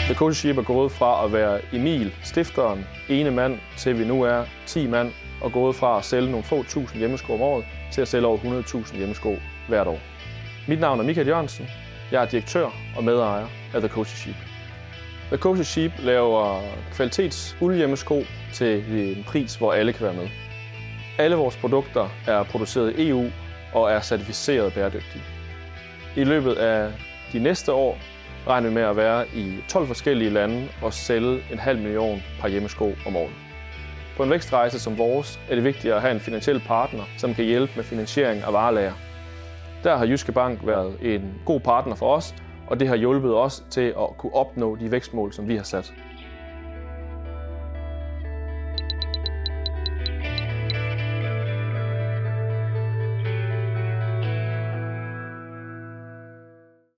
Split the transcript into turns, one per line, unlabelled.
The Cozy Sheep er gået fra at være Emil, stifteren, ene mand, til vi nu er 10 mand, og gået fra at sælge nogle få tusind hjemmesko om året, til at sælge over 100.000 hjemmesko hvert år. Mit navn er Michael Jørgensen. Jeg er direktør og medejer af The Cozy Sheep. The Cozy Sheep laver kvalitets uldhjemmesko til en pris, hvor alle kan være med. Alle vores produkter er produceret i EU og er certificeret bæredygtige. I løbet af de næste år regner vi med at være i 12 forskellige lande og sælge 500.000 par hjemmesko om året. På en vækstrejse som vores er det vigtigt at have en finansiel partner, som kan hjælpe med finansiering af varelager. Der har Jyske Bank været en god partner for os, og det har hjulpet os til at kunne opnå de vækstmål, som vi har sat.